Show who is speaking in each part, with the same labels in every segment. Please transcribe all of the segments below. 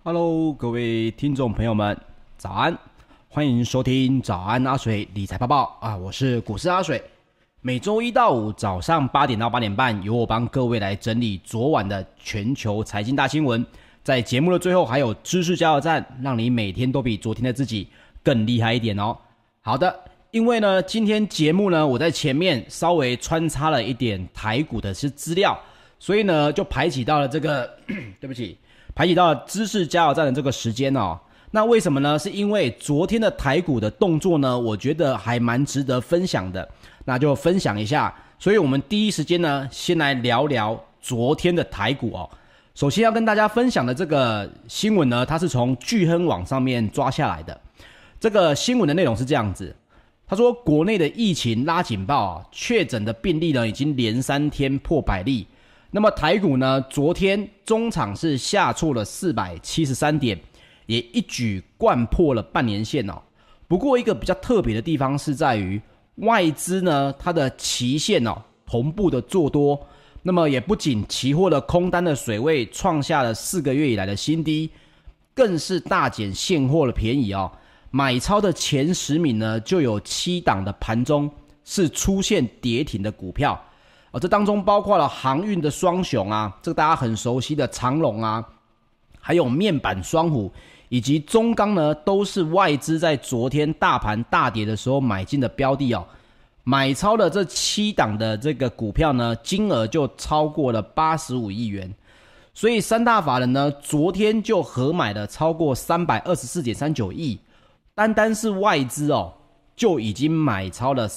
Speaker 1: Hello，各位听众朋友们，早安！欢迎收听早安阿水理财报报啊，我是股市阿水。每周一到五早上8点到8点半，由我帮各位来整理昨晚的全球财经大新闻。在节目的最后，还有知识加油站，让你每天都比昨天的自己更厉害一点哦。好的，因为呢，今天节目呢，我在前面稍微穿插了一点台股的资料，所以呢，就排挤到了这个，对不起。排挤到了知识加油站的这个时间哦。那为什么呢？是因为昨天的台股的动作呢，我觉得还蛮值得分享的，那就分享一下。所以我们第一时间呢，先来聊聊昨天的台股哦。首先要跟大家分享的这个新闻呢，它是从钜亨网上面抓下来的。这个新闻的内容是这样子，他说国内的疫情拉警报啊，确诊的病例呢已经连3天破100例。那么台股呢，昨天中场是下挫了473点，也一举掼破了半年线哦。不过一个比较特别的地方是在于外资呢，它的期限哦同步的做多，那么也不仅期货的空单的水位创下了4个月以来的新低，更是大减现货的便宜哦。买超的前10名呢，就有7档的盘中是出现跌停的股票。这当中包括了航运的双雄啊，这个大家很熟悉的长荣啊，还有面板双虎以及中钢呢，都是外资在昨天大盘大跌的时候买进的标的哦。买超的这7档的这个股票呢，金额就超过了85亿元，所以三大法人呢，昨天就合买了超过324.39亿，单是外资哦，就已经买超了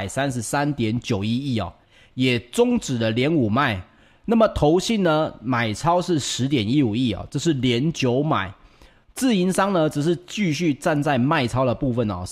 Speaker 1: 333.91亿哦。也终止了连5卖，那么投信呢买超是 10.15 亿哦，这是连9买，自营商呢只是继续站在卖超的部分哦，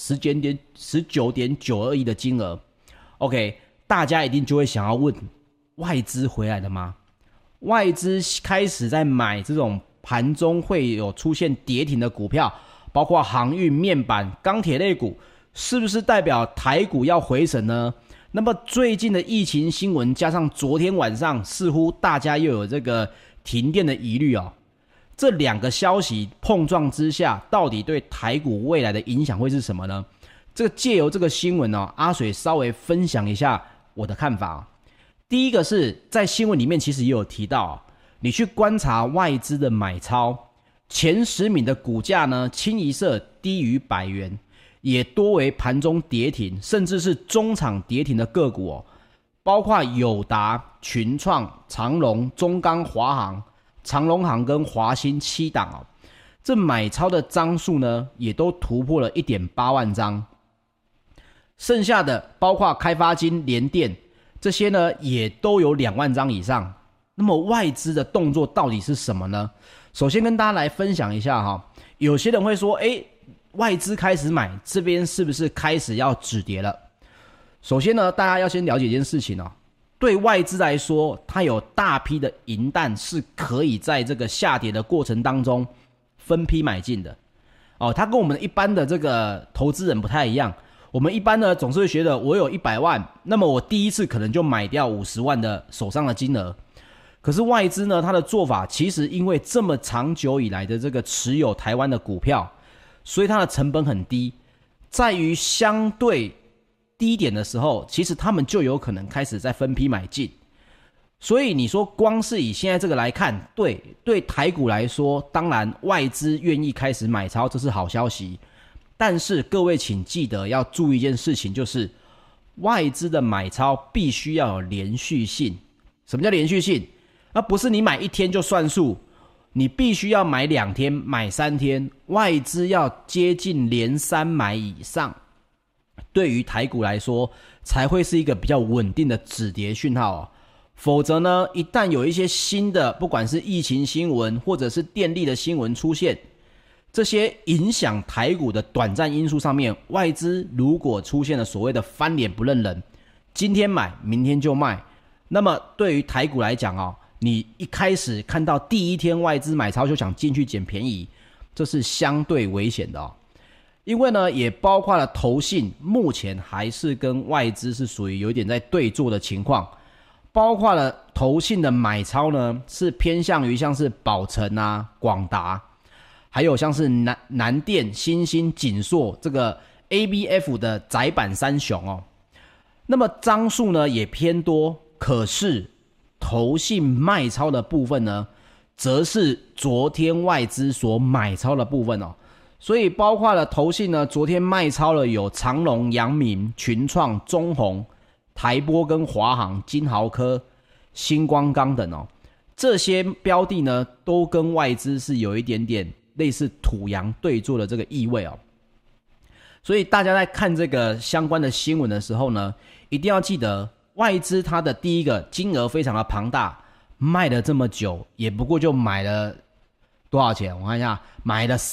Speaker 1: 19.92 亿的金额。 OK， 大家一定就会想要问，外资回来了吗？外资开始在买这种盘中会有出现跌停的股票，包括航运、面板、钢铁类股，是不是代表台股要回神呢？那么最近的疫情新闻加上昨天晚上似乎大家又有这个停电的疑虑哦，这2个消息碰撞之下，到底对台股未来的影响会是什么呢？这个借由这个新闻哦，阿水稍微分享一下我的看法哦。第一个是在新闻里面其实也有提到哦，你去观察外资的买超，前10名的股价呢清一色低于100元。也多为盘中跌停，甚至是中场跌停的个股哦，包括友达、群创、长荣、中钢、华航、长荣航跟华兴7档哦，这买超的张数呢，也都突破了 1.8 万张。剩下的包括开发金、联电这些呢，也都有2万张以上。那么外资的动作到底是什么呢？首先跟大家来分享一下哈，有些人会说，外资开始买，这边是不是开始要止跌了？首先呢，大家要先了解一件事情哦，对外资来说，它有大批的银弹是可以在这个下跌的过程当中分批买进的哦。它跟我们一般的这个投资人不太一样，我们一般呢总是会觉得我有100万，那么我第一次可能就买掉50万的手上的金额。可是外资呢，它的做法其实因为这么长久以来的这个持有台湾的股票，所以它的成本很低，在于相对低点的时候，其实他们就有可能开始在分批买进。所以你说光是以现在这个来看，对台股来说，当然外资愿意开始买超，这是好消息。但是各位请记得要注意一件事情，就是外资的买超必须要有连续性。什么叫连续性？那不是你买1天就算数，你必须要买2天、买3天，外资要接近连3买以上，对于台股来说才会是一个比较稳定的止跌讯号哦。否则呢，一旦有一些新的，不管是疫情新闻或者是电力的新闻出现，这些影响台股的短暂因素上面，外资如果出现了所谓的翻脸不认人，今天买明天就卖，那么对于台股来讲哦，你一开始看到第一天外资买超就想进去捡便宜，这是相对危险的哦。因为呢，也包括了投信，目前还是跟外资是属于有一点在对做的情况，包括了投信的买超呢，是偏向于像是宝成啊、广达， 还有像是南电、新兴、景硕这个 ABF 的载板三雄哦。那么张数呢也偏多，可是投信卖超的部分呢，则是昨天外资所买超的部分哦。所以包括了投信呢，昨天卖超了有长荣、阳明、群创、中鸿、台玻跟华航、金豪科、星光钢等哦。这些标的呢，都跟外资是有一点点类似土洋对做的这个意味哦。所以大家在看这个相关的新闻的时候呢，一定要记得外资它的第一个金额非常的庞大，卖了这么久，也不过就买了多少钱？我看一下，买了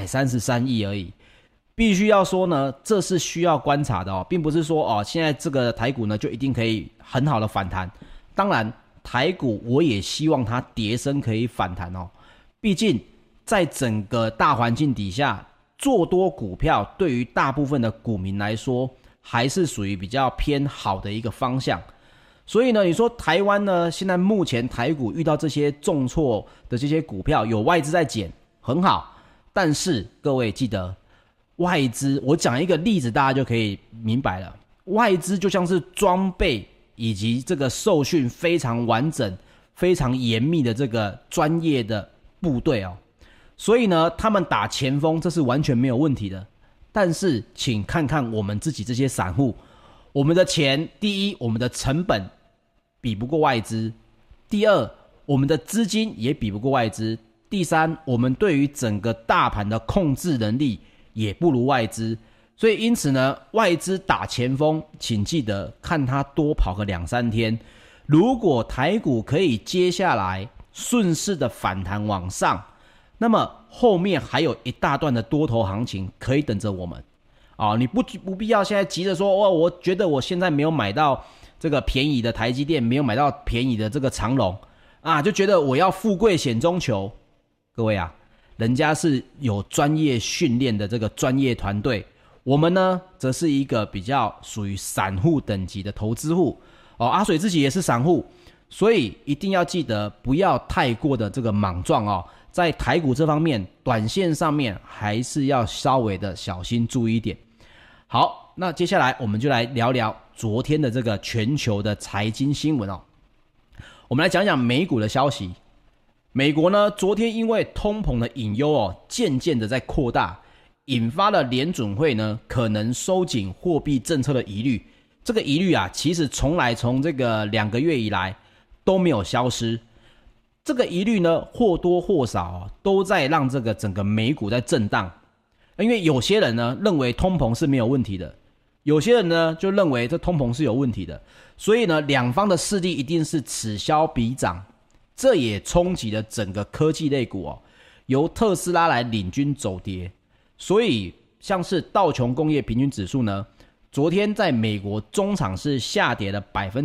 Speaker 1: 333亿而已。必须要说呢，这是需要观察的哦，并不是说哦，现在这个台股呢就一定可以很好的反弹。当然，台股我也希望它跌升可以反弹哦，毕竟在整个大环境底下，做多股票对于大部分的股民来说，还是属于比较偏好的一个方向。所以呢，你说台湾呢，现在目前台股遇到这些重挫的这些股票，有外资在减，很好。但是各位记得，外资，我讲一个例子，大家就可以明白了。外资就像是装备以及这个受训非常完整、非常严密的这个专业的部队哦。所以呢，他们打前锋这是完全没有问题的。但是请看看我们自己这些散户，我们的钱，第一，我们的成本比不过外资；第二，我们的资金也比不过外资；第三，我们对于整个大盘的控制能力也不如外资。所以因此呢，外资打前锋，请记得看它多跑个2-3天。如果台股可以接下来顺势的反弹往上，那么后面还有一大段的多头行情可以等着我们啊！你不必要现在急着说哦，我觉得我现在没有买到这个便宜的台积电，没有买到便宜的这个长荣啊，就觉得我要富贵险中求。各位啊，人家是有专业训练的这个专业团队，我们呢则是一个比较属于散户等级的投资户哦。阿水自己也是散户，所以一定要记得不要太过的这个莽撞哦。在台股这方面，短线上面还是要稍微的小心注意一点。好，那接下来我们就来聊聊昨天的这个全球的财经新闻哦。我们来讲讲美股的消息。美国呢，昨天因为通膨的隐忧哦，渐渐的在扩大，引发了联准会呢可能收紧货币政策的疑虑。这个疑虑啊，其实从这个2个月以来都没有消失。这个疑虑呢，或多或少都在让这个整个美股在震荡。因为有些人呢认为通膨是没有问题的，有些人呢就认为这通膨是有问题的，所以呢两方的势力一定是此消彼长，这也冲击了整个科技类股哦，由特斯拉来领军走跌。所以像是道琼工业平均指数呢，昨天在美国中场是下跌了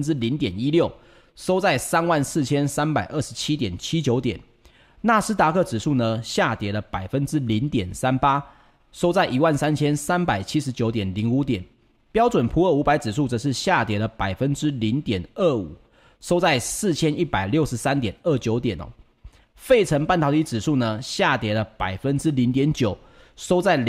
Speaker 1: 0.16%，收在 34,327.79 点。纳斯达克指数呢下跌了 0.38%， 收在 13,379.05 点。标准普尔500指数则是下跌了 0.25%， 收在 4,163.29 点哦。费城半导体指数呢下跌了 0.9%， 收在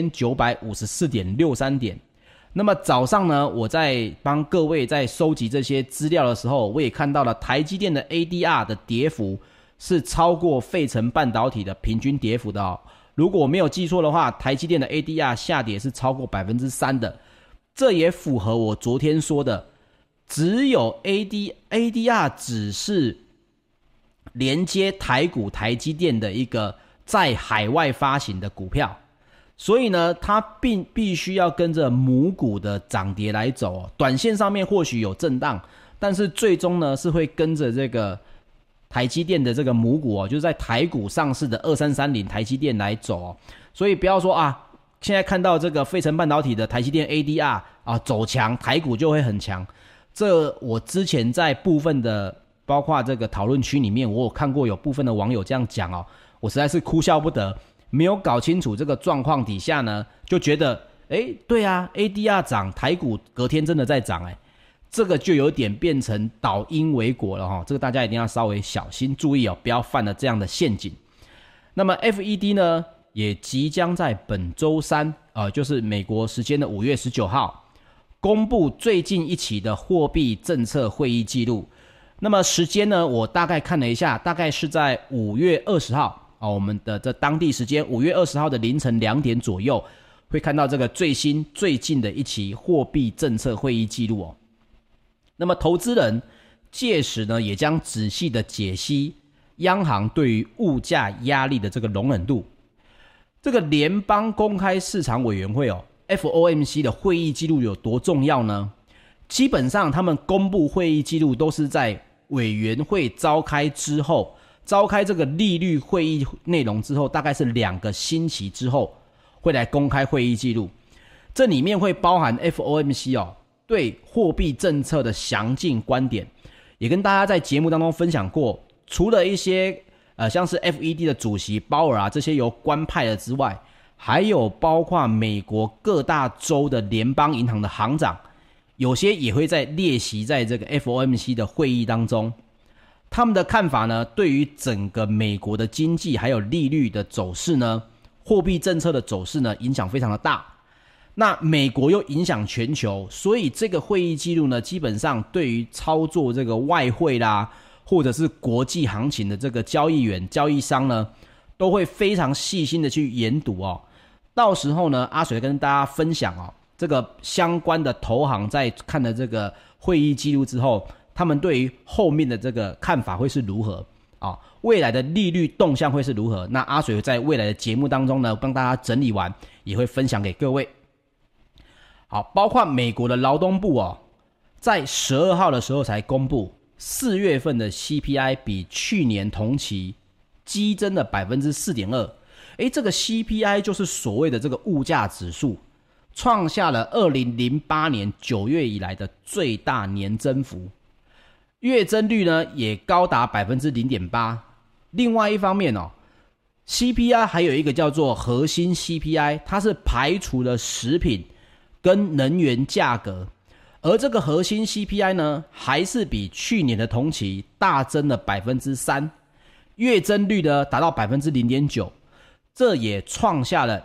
Speaker 1: 2,954.63 点。那么早上呢，我在帮各位在收集这些资料的时候，我也看到了台积电的 ADR 的跌幅是超过费城半导体的平均跌幅的哦。如果我没有记错的话，台积电的 ADR 下跌是超过 3% 的，这也符合我昨天说的，只有 ADR 只是连接台股台积电的一个在海外发行的股票，所以呢它必须要跟着母股的涨跌来走哦。短线上面或许有震荡，但是最终呢是会跟着这个台积电的这个母股哦，就是在台股上市的2330台积电来走哦。所以不要说啊，现在看到这个费城半导体的台积电 ADR 啊走强，台股就会很强。这我之前在部分的包括这个讨论区里面，我有看过有部分的网友这样讲哦，我实在是哭笑不得。没有搞清楚这个状况底下呢，就觉得对啊 ADR 涨，台股隔天真的在涨这个就有点变成倒因为果了齁，这个大家一定要稍微小心注意哦，不要犯了这样的陷阱。那么 FED 呢也即将在本周三，就是美国时间的5月19号，公布最近一期的货币政策会议记录。那么时间呢，我大概看了一下，大概是在5月20号，我们的这当地时间5月20号的凌晨2点左右，会看到这个最近的一期货币政策会议记录。那么投资人届时呢，也将仔细的解析央行对于物价压力的这个容忍度。这个联邦公开市场委员会FOMC 的会议记录有多重要呢？基本上他们公布会议记录都是在委员会召开之后，召开这个利率会议内容之后，大概是2个星期之后会来公开会议记录。这里面会包含 FOMC 对货币政策的详尽观点，也跟大家在节目当中分享过，除了一些像是 FED 的主席鲍尔这些由官派的之外，还有包括美国各大州的联邦银行的行长，有些也会在列席在这个 FOMC 的会议当中。他们的看法呢，对于整个美国的经济还有利率的走势呢，货币政策的走势呢，影响非常的大。那美国又影响全球，所以这个会议记录呢，基本上对于操作这个外汇啦，或者是国际行情的这个交易员、交易商呢，都会非常细心的去研读。到时候呢，阿水跟大家分享这个相关的投行在看了这个会议记录之后，他们对于后面的这个看法会是如何未来的利率动向会是如何。那阿水在未来的节目当中呢，帮大家整理完，也会分享给各位。好，包括美国的劳动部在12号的时候才公布4月份的 CPI 比去年同期激增了 4.2%。这个 CPI 就是所谓的这个物价指数，创下了2008年9月以来的最大年增幅，月增率呢也高达 0.8%。 另外一方面CPI 还有一个叫做核心 CPI， 它是排除了食品跟能源价格，而这个核心 CPI 呢，还是比去年的同期大增了 3%， 月增率呢达到 0.9%， 这也创下了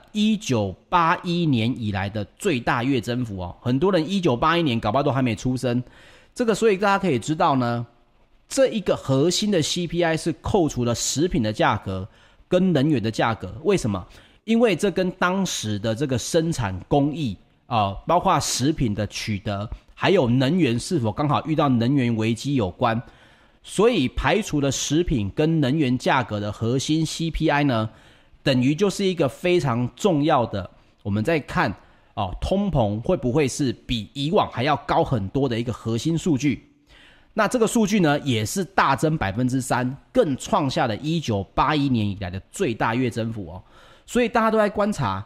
Speaker 1: 1981年以来的最大月增幅很多人1981年搞不好都还没出生，这个所以大家可以知道呢，这一个核心的 CPI 是扣除了食品的价格跟能源的价格。为什么？因为这跟当时的这个生产工艺包括食品的取得，还有能源是否刚好遇到能源危机有关。所以排除了食品跟能源价格的核心 CPI 呢，等于就是一个非常重要的，我们在看通膨会不会是比以往还要高很多的一个核心数据。那这个数据呢，也是大增 3%， 更创下了1981年以来的最大月增幅所以大家都在观察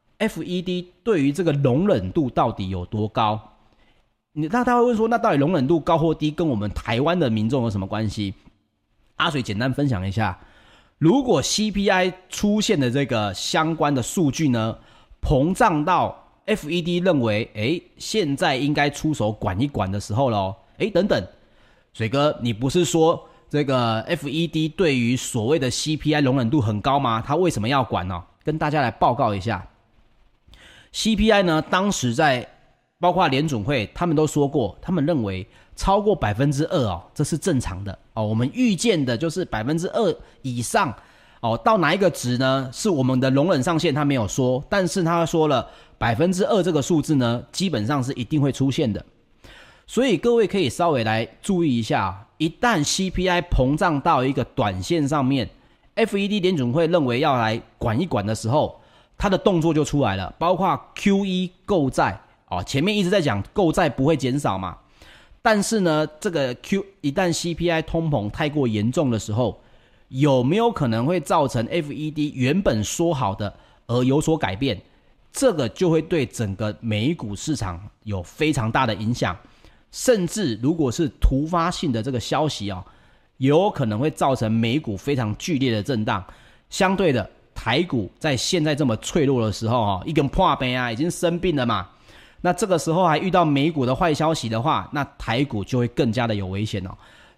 Speaker 1: FED 对于这个容忍度到底有多高。那大家会问说，那到底容忍度高或低跟我们台湾的民众有什么关系？阿水简单分享一下，如果 CPI 出现的这个相关的数据呢，膨胀到 FED 认为现在应该出手管一管的时候咯等等，水哥你不是说这个 FED 对于所谓的 CPI 容忍度很高吗？他为什么要管呢？跟大家来报告一下。CPI 呢，当时在包括联准会他们都说过，他们认为超过 2% 这是正常的我们预见的就是 2% 以上到哪一个值呢，是我们的容忍上限，他没有说，但是他说了 2% 这个数字呢，基本上是一定会出现的。所以各位可以稍微来注意一下，一旦 CPI 膨胀到一个短线上面， FED 联准会认为要来管一管的时候，它的动作就出来了，包括 QE 购债前面一直在讲购债不会减少嘛，但是呢，这个一旦 CPI 通膨太过严重的时候，有没有可能会造成 FED 原本说好的而有所改变？这个就会对整个美股市场有非常大的影响，甚至如果是突发性的这个消息有可能会造成美股非常剧烈的震荡。相对的，台股在现在这么脆弱的时候一根破病已经生病了嘛，那这个时候还遇到美股的坏消息的话，那台股就会更加的有危险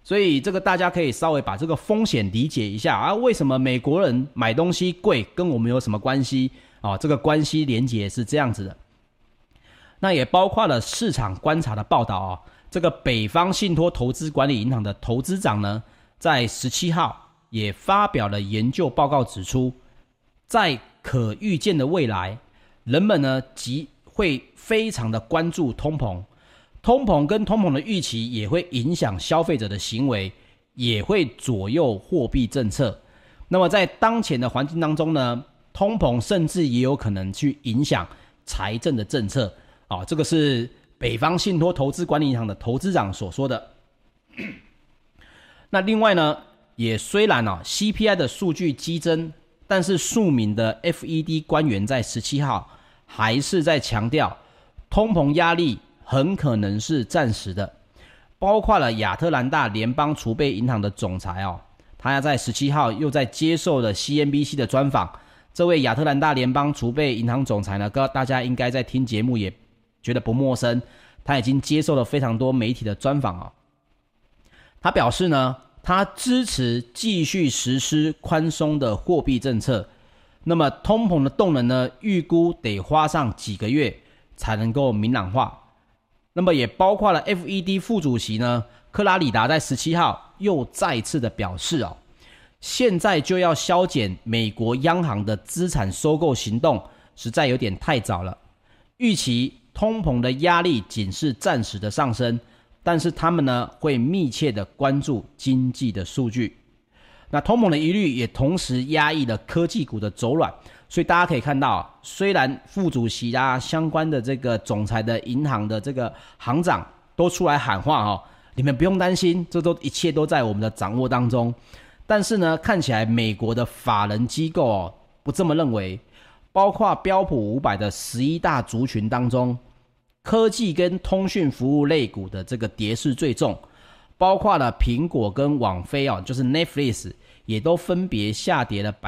Speaker 1: 所以这个大家可以稍微把这个风险理解一下啊，为什么美国人买东西贵跟我们有什么关系啊？这个关系连结是这样子的。那也包括了市场观察的报道啊，这个北方信托投资管理银行的投资长呢，在17号也发表了研究报告，指出，在可预见的未来，人们呢会非常的关注通膨。通膨跟通膨的预期也会影响消费者的行为，也会左右货币政策。那么在当前的环境当中呢，通膨甚至也有可能去影响财政的政策。这个是北方信托投资管理银行的投资长所说的。那另外呢，也虽然CPI 的数据激增，但是数名的 FED 官员在17号还是在强调，通膨压力很可能是暂时的，包括了亚特兰大联邦储备银行的总裁他在17号又在接受了 CNBC 的专访。这位亚特兰大联邦储备银行总裁呢，大家应该在听节目也觉得不陌生，他已经接受了非常多媒体的专访他表示呢，他支持继续实施宽松的货币政策，那么通膨的动能呢，预估得花上几个月才能够明朗化。那么也包括了 FED 副主席呢，克拉里达在17号又再次的表示现在就要削减美国央行的资产收购行动，实在有点太早了。预期通膨的压力仅是暂时的上升，但是他们呢会密切的关注经济的数据。那通膨的疑虑也同时压抑了科技股的走软。所以大家可以看到，虽然副主席相关的这个总裁的银行的这个行长都出来喊话你们不用担心，这一切都在我们的掌握当中。但是呢，看起来美国的法人机构不这么认为，包括标普500的11大族群当中，科技跟通讯服务类股的这个跌势最重，包括了苹果跟网飞就是 Netflix。也都分别下跌了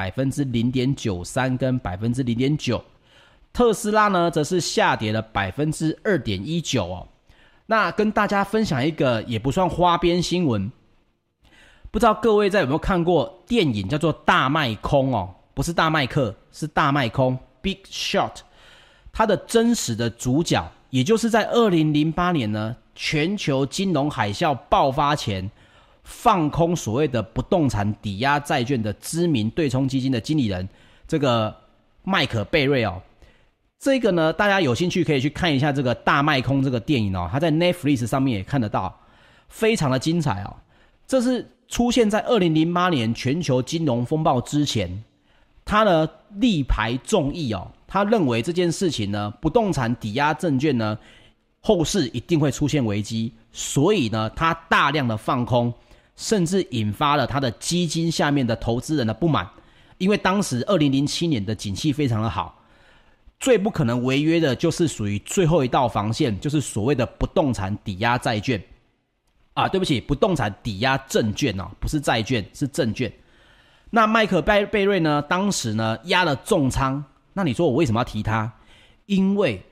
Speaker 1: 0.93% 跟 0.9%， 特斯拉呢则是下跌了 2.19%。 那跟大家分享一个也不算花边新闻，不知道各位在有没有看过电影叫做大卖空不是大麦克，是大卖空 Big Short。 它的真实的主角，也就是在2008年呢全球金融海啸爆发前放空所谓的不动产抵押债券的知名对冲基金的经理人，这个麦克贝瑞这个呢大家有兴趣可以去看一下这个大卖空这个电影他在 Netflix 上面也看得到，非常的精彩这是出现在2008年全球金融风暴之前，他呢力排众议他认为这件事情呢，不动产抵押证券呢后市一定会出现危机，所以呢他大量的放空，甚至引发了他的基金下面的投资人的不满。因为当时2007年的景气非常的好，最不可能违约的就是属于最后一道防线，就是所谓的不动产抵押债券对不起，不动产抵押证券不是债券，是证券。那麦克贝瑞呢当时呢压了重仓。那你说我为什么要提他？因为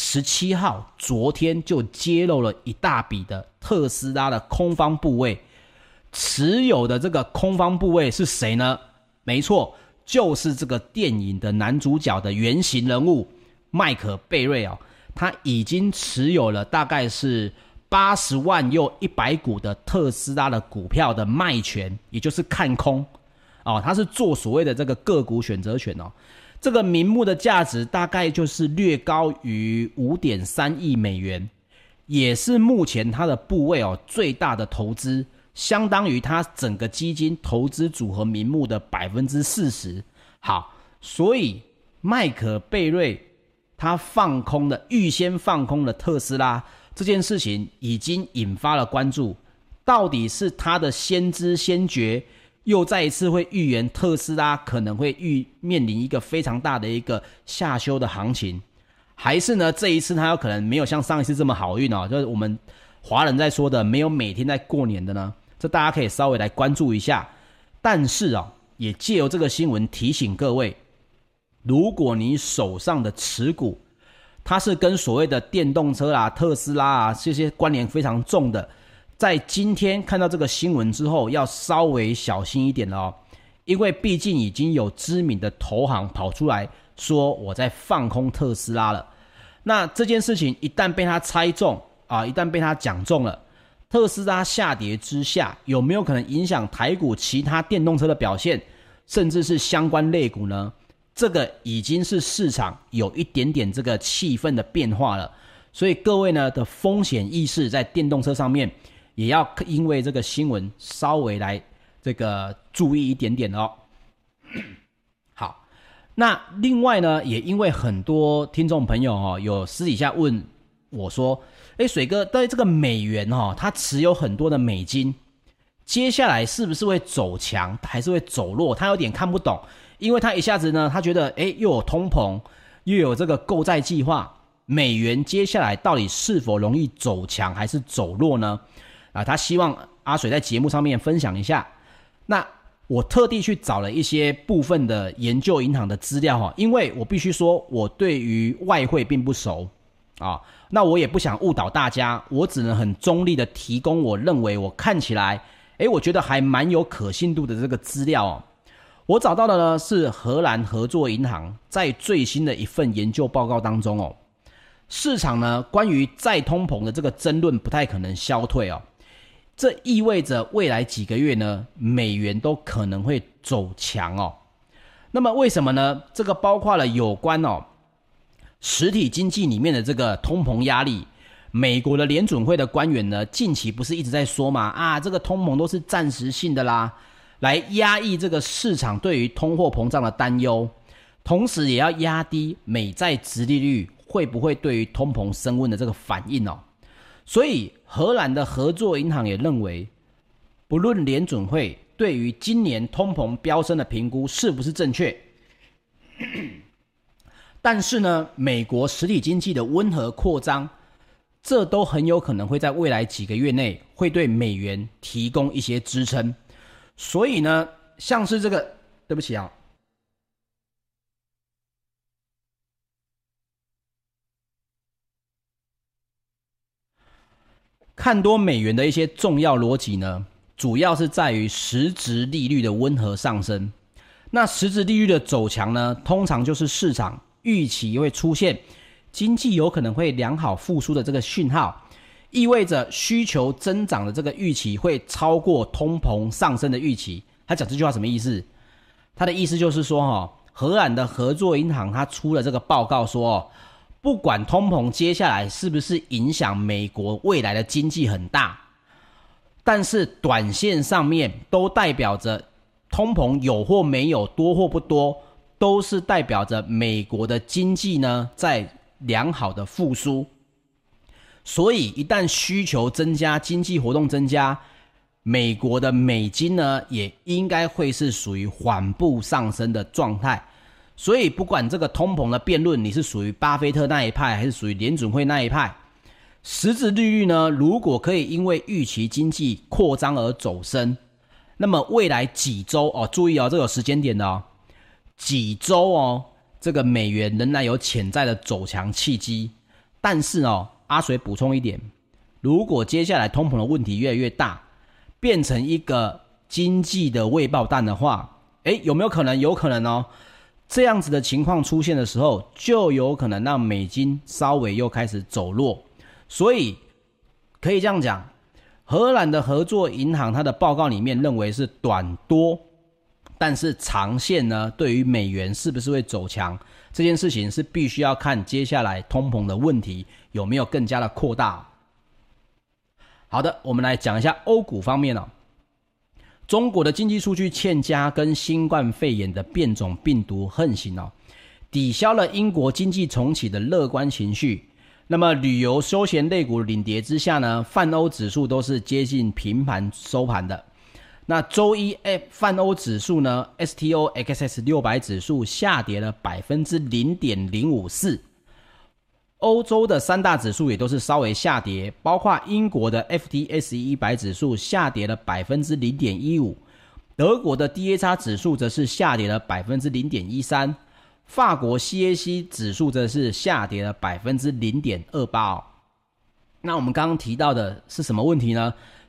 Speaker 1: 17号昨天就揭露了一大笔的特斯拉的空方部位，持有的这个空方部位是谁呢？没错，就是这个电影的男主角的原型人物麦克贝瑞他已经持有了大概是80万又100股的特斯拉的股票的卖权，也就是看空他是做所谓的这个个股选择权这个名目的价值大概就是略高于 5.3 亿美元，也是目前他的部位最大的投资，相当于他整个基金投资组合名目的 40%。 好，所以麦克贝瑞他预先放空了特斯拉这件事情已经引发了关注，到底是他的先知先觉又再一次会预言特斯拉可能会面临一个非常大的一个下修的行情，还是呢这一次他有可能没有像上一次这么好运就是我们华人在说的没有每天在过年的呢？这大家可以稍微来关注一下。但是也借由这个新闻提醒各位，如果你手上的持股它是跟所谓的电动车特斯拉这些关联非常重的， 在今天看到这个新闻之后，要稍微小心一点了哦，因为毕竟已经有知名的投行跑出来说我在放空特斯拉了。那这件事情一旦被他猜中啊，一旦被他讲中了，特斯拉下跌之下，有没有可能影响台股其他电动车的表现，甚至是相关类股呢？这个已经是市场有一点点这个气氛的变化了。所以各位呢的风险意识在电动车上面也要因为这个新闻稍微来这个注意一点点哦。好，那另外呢，也因为很多听众朋友有私底下问我说，水哥，对这个美元它持有很多的美金，接下来是不是会走强还是会走弱？他有点看不懂，因为他一下子呢，他觉得又有通膨，又有这个购债计划，美元接下来到底是否容易走强还是走弱呢？他希望阿水在节目上面分享一下。那我特地去找了一些部分的研究银行的资料，因为我必须说我对于外汇并不熟啊，那我也不想误导大家，我只能很中立的提供我认为我看起来我觉得还蛮有可信度的这个资料哦。我找到的呢是荷兰合作银行在最新的一份研究报告当中市场呢关于再通膨的这个争论不太可能消退这意味着未来几个月呢，美元都可能会走强那么为什么呢？这个包括了有关实体经济里面的这个通膨压力。美国的联准会的官员呢，近期不是一直在说嘛，这个通膨都是暂时性的啦，来压抑这个市场对于通货膨胀的担忧，同时也要压低美债殖利率会不会对于通膨升温的这个反应所以荷兰的合作银行也认为，不论联准会对于今年通膨飙升的评估是不是正确，但是呢，美国实体经济的温和扩张，这都很有可能会在未来几个月内会对美元提供一些支撑。所以呢，像是这个，对不起看多美元的一些重要逻辑呢，主要是在于实质利率的温和上升。那实质利率的走强呢，通常就是市场预期会出现经济有可能会良好复苏的这个讯号，意味着需求增长的这个预期会超过通膨上升的预期。他讲这句话什么意思？他的意思就是说荷兰的合作银行他出了这个报告说不管通膨接下来是不是影响美国未来的经济很大，但是短线上面都代表着通膨有或没有，多或不多，都是代表着美国的经济呢在良好的复苏。所以一旦需求增加，经济活动增加，美国的美金呢也应该会是属于缓步上升的状态。所以不管这个通膨的辩论你是属于巴菲特那一派还是属于联准会那一派，实质利率呢如果可以因为预期经济扩张而走升，那么未来几周注意这个有时间点的几周这个美元仍然有潜在的走强契机。但是阿水补充一点，如果接下来通膨的问题越来越大，变成一个经济的未爆弹的话，有没有可能？有可能这样子的情况出现的时候，就有可能让美金稍微又开始走弱。所以可以这样讲，荷兰的合作银行它的报告里面认为是短多，但是长线呢，对于美元是不是会走强，这件事情是必须要看接下来通膨的问题有没有更加的扩大。好的，我们来讲一下欧股方面中国的经济数据欠佳跟新冠肺炎的变种病毒横行抵消了英国经济重启的乐观情绪。那么旅游休闲类股领跌之下呢，泛欧指数都是接近平盘收盘的。那周一泛欧指数呢 STOXX 600指数下跌了 0.054%，欧洲的三大指数也都是稍微下跌，包括英国的 FTSE 100指数下跌了 0.15%， 德国的 DAX 指数则是下跌了 0.13%， 法国 CAC 指数则是下跌了 0.28%。那我们刚刚提到的是什么问题呢？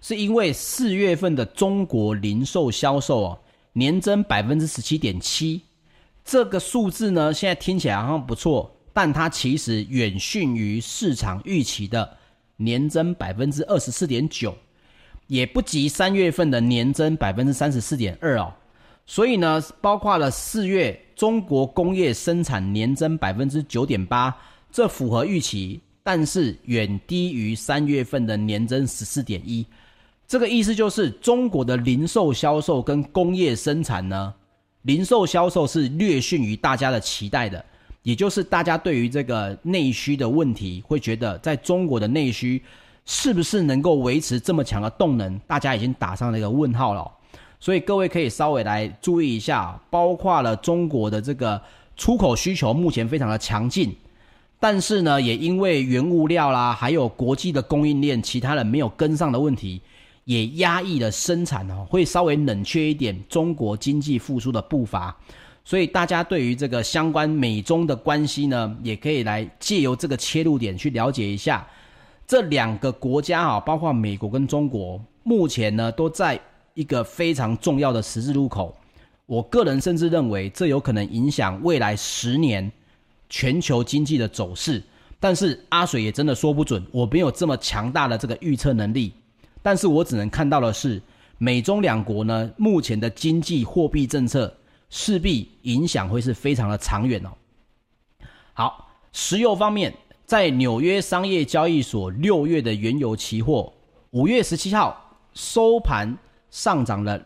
Speaker 1: 是因为4月份的中国零售销售年增 17.7%， 这个数字呢现在听起来好像不错，但它其实远逊于市场预期的年增 24.9%， 也不及3月份的年增 34.2% 哦。所以呢，包括了4月中国工业生产年增 9.8%， 这符合预期，但是远低于3月份的年增 14.1%。这个意思就是中国的零售销售跟工业生产呢，零售销售是略逊于大家的期待的，也就是大家对于这个内需的问题会觉得在中国的内需是不是能够维持这么强的动能，大家已经打上了一个问号了。所以各位可以稍微来注意一下，包括了中国的这个出口需求目前非常的强劲，但是呢也因为原物料啦还有国际的供应链其他人没有跟上的问题，也压抑了生产会稍微冷却一点中国经济复苏的步伐。所以大家对于这个相关美中的关系呢，也可以来借由这个切入点去了解一下这两个国家包括美国跟中国目前呢都在一个非常重要的十字路口。我个人甚至认为这有可能影响未来10年全球经济的走势，但是阿水也真的说不准，我没有这么强大的这个预测能力。但是我只能看到的是，美中两国呢目前的经济货币政策势必影响会是非常的长远哦。好，石油方面，在纽约商业交易所6月的原油期货5月17号收盘上涨了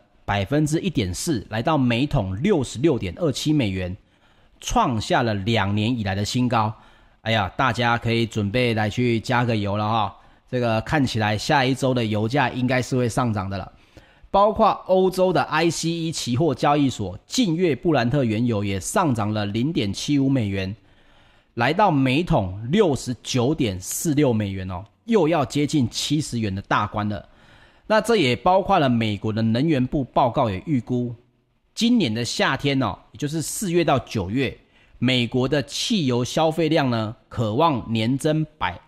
Speaker 1: 1.4%， 来到每桶 66.27 美元，创下了2年以来的新高。哎呀，大家可以准备来去加个油了这个看起来下一周的油价应该是会上涨的了。包括欧洲的 ICE 期货交易所近月布兰特原油也上涨了 0.75 美元，来到每桶 69.46 美元又要接近70元的大关了。那这也包括了美国的能源部报告也预估，今年的夏天也就是4月到9月，美国的汽油消费量呢，可望年增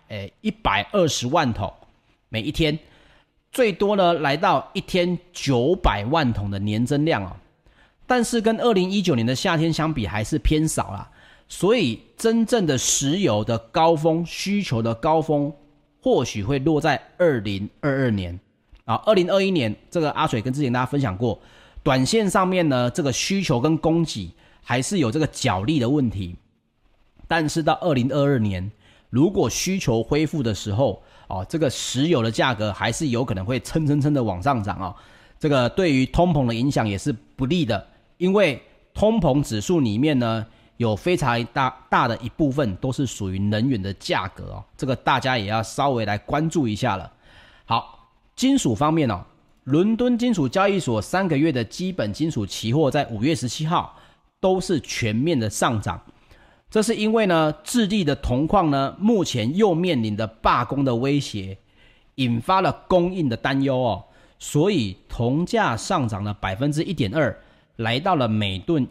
Speaker 1: 120万桶每一天，最多呢来到一天900万桶的年增量但是跟2019年的夏天相比还是偏少啦。所以真正的石油的高峰，需求的高峰或许会落在2022年2021年这个阿水跟之前大家分享过，短线上面呢这个需求跟供给还是有这个角力的问题，但是到2022年如果需求恢复的时候这个石油的价格还是有可能会蹭的往上涨这个对于通膨的影响也是不利的，因为通膨指数里面呢有非常大的一部分都是属于能源的价格这个大家也要稍微来关注一下了。好，金属方面伦敦金属交易所3个月的基本金属期货在5月17号都是全面的上涨，这是因为呢智利的铜矿呢目前又面临的罢工的威胁，引发了供应的担忧所以铜价上涨了 1.2%， 来到了每吨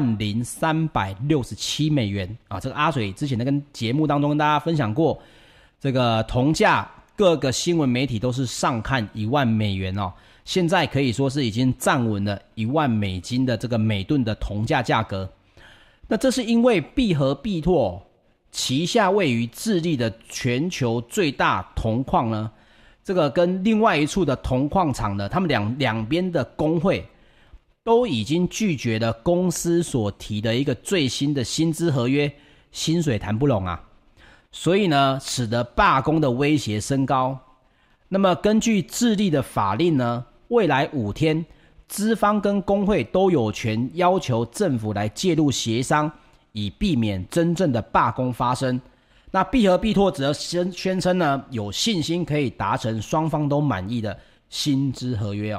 Speaker 1: 10367美元这个阿水之前的跟节目当中跟大家分享过，这个铜价各个新闻媒体都是上看1万美元现在可以说是已经站稳了1万美金的这个每吨的铜价价格。那这是因为必和必拓旗下位于智利的全球最大铜矿呢，这个跟另外一处的铜矿厂呢，他们两边的工会都已经拒绝了公司所提的一个最新的薪资合约，薪水谈不拢所以呢使得罢工的威胁升高。那么根据智利的法令呢，未来5天资方跟工会都有权要求政府来介入协商，以避免真正的罢工发生。那必和必拓则宣称呢，有信心可以达成双方都满意的薪资合约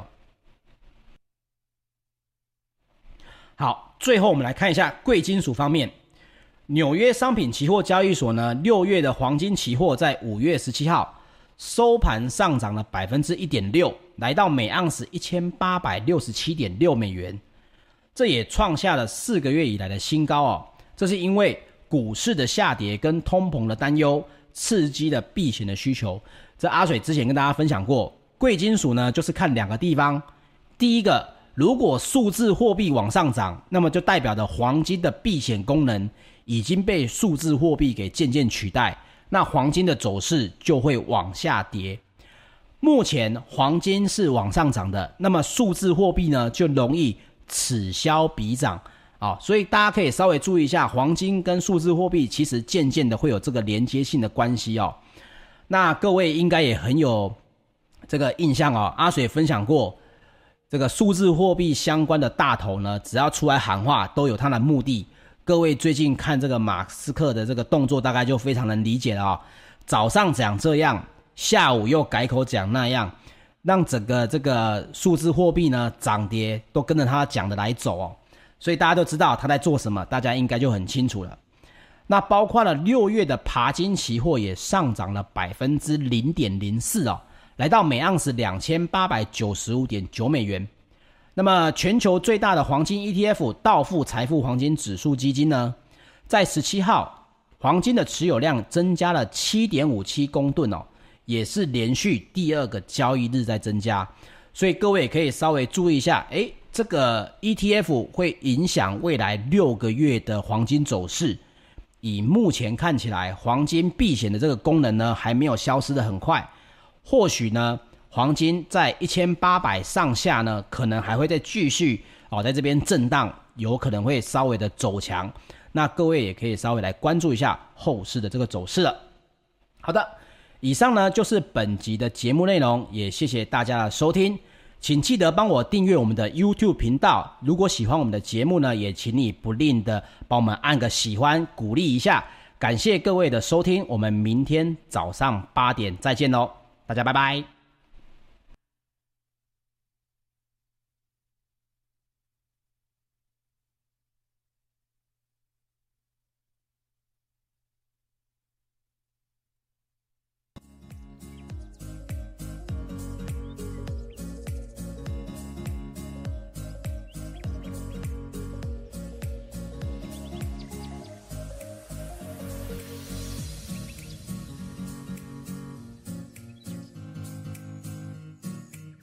Speaker 1: 好，最后我们来看一下贵金属方面，纽约商品期货交易所呢，6月的黄金期货在5月17号收盘上涨了 1.6%， 来到每盎司 1867.6 美元，这也创下了4个月以来的新高这是因为股市的下跌跟通膨的担忧刺激了避险的需求。这阿水之前跟大家分享过， 贵金属呢就是看2个地方，第一个，如果数字货币往上涨，那么就代表着黄金的避险功能已经被数字货币给渐渐取代，那黄金的走势就会往下跌。目前黄金是往上涨的，那么数字货币呢就容易此消彼长所以大家可以稍微注意一下，黄金跟数字货币其实渐渐的会有这个连接性的关系那各位应该也很有这个印象阿水分享过，这个数字货币相关的大头呢，只要出来喊话都有他的目的。各位最近看这个马斯克的这个动作，大概就非常能理解了早上讲这样，下午又改口讲那样，让整个这个数字货币呢涨跌都跟着他讲的来走所以大家都知道他在做什么，大家应该就很清楚了。那包括了6月的钯金期货也上涨了 0.04% 来到每盎司 2895.9 美元。那么全球最大的黄金 ETF 道富财富黄金指数基金呢，在17号黄金的持有量增加了 7.57 公吨也是连续第2个交易日在增加。所以各位也可以稍微注意一下这个 ETF 会影响未来6个月的黄金走势。以目前看起来，黄金避险的这个功能呢还没有消失得很快，或许呢黄金在1800上下呢可能还会再继续在这边震荡，有可能会稍微的走强。那各位也可以稍微来关注一下后市的这个走势了。好的，以上呢就是本集的节目内容，也谢谢大家的收听。请记得帮我订阅我们的 YouTube 频道，如果喜欢我们的节目呢，也请你不吝的帮我们按个喜欢，鼓励一下。感谢各位的收听，我们明天早上8点再见咯，大家拜拜。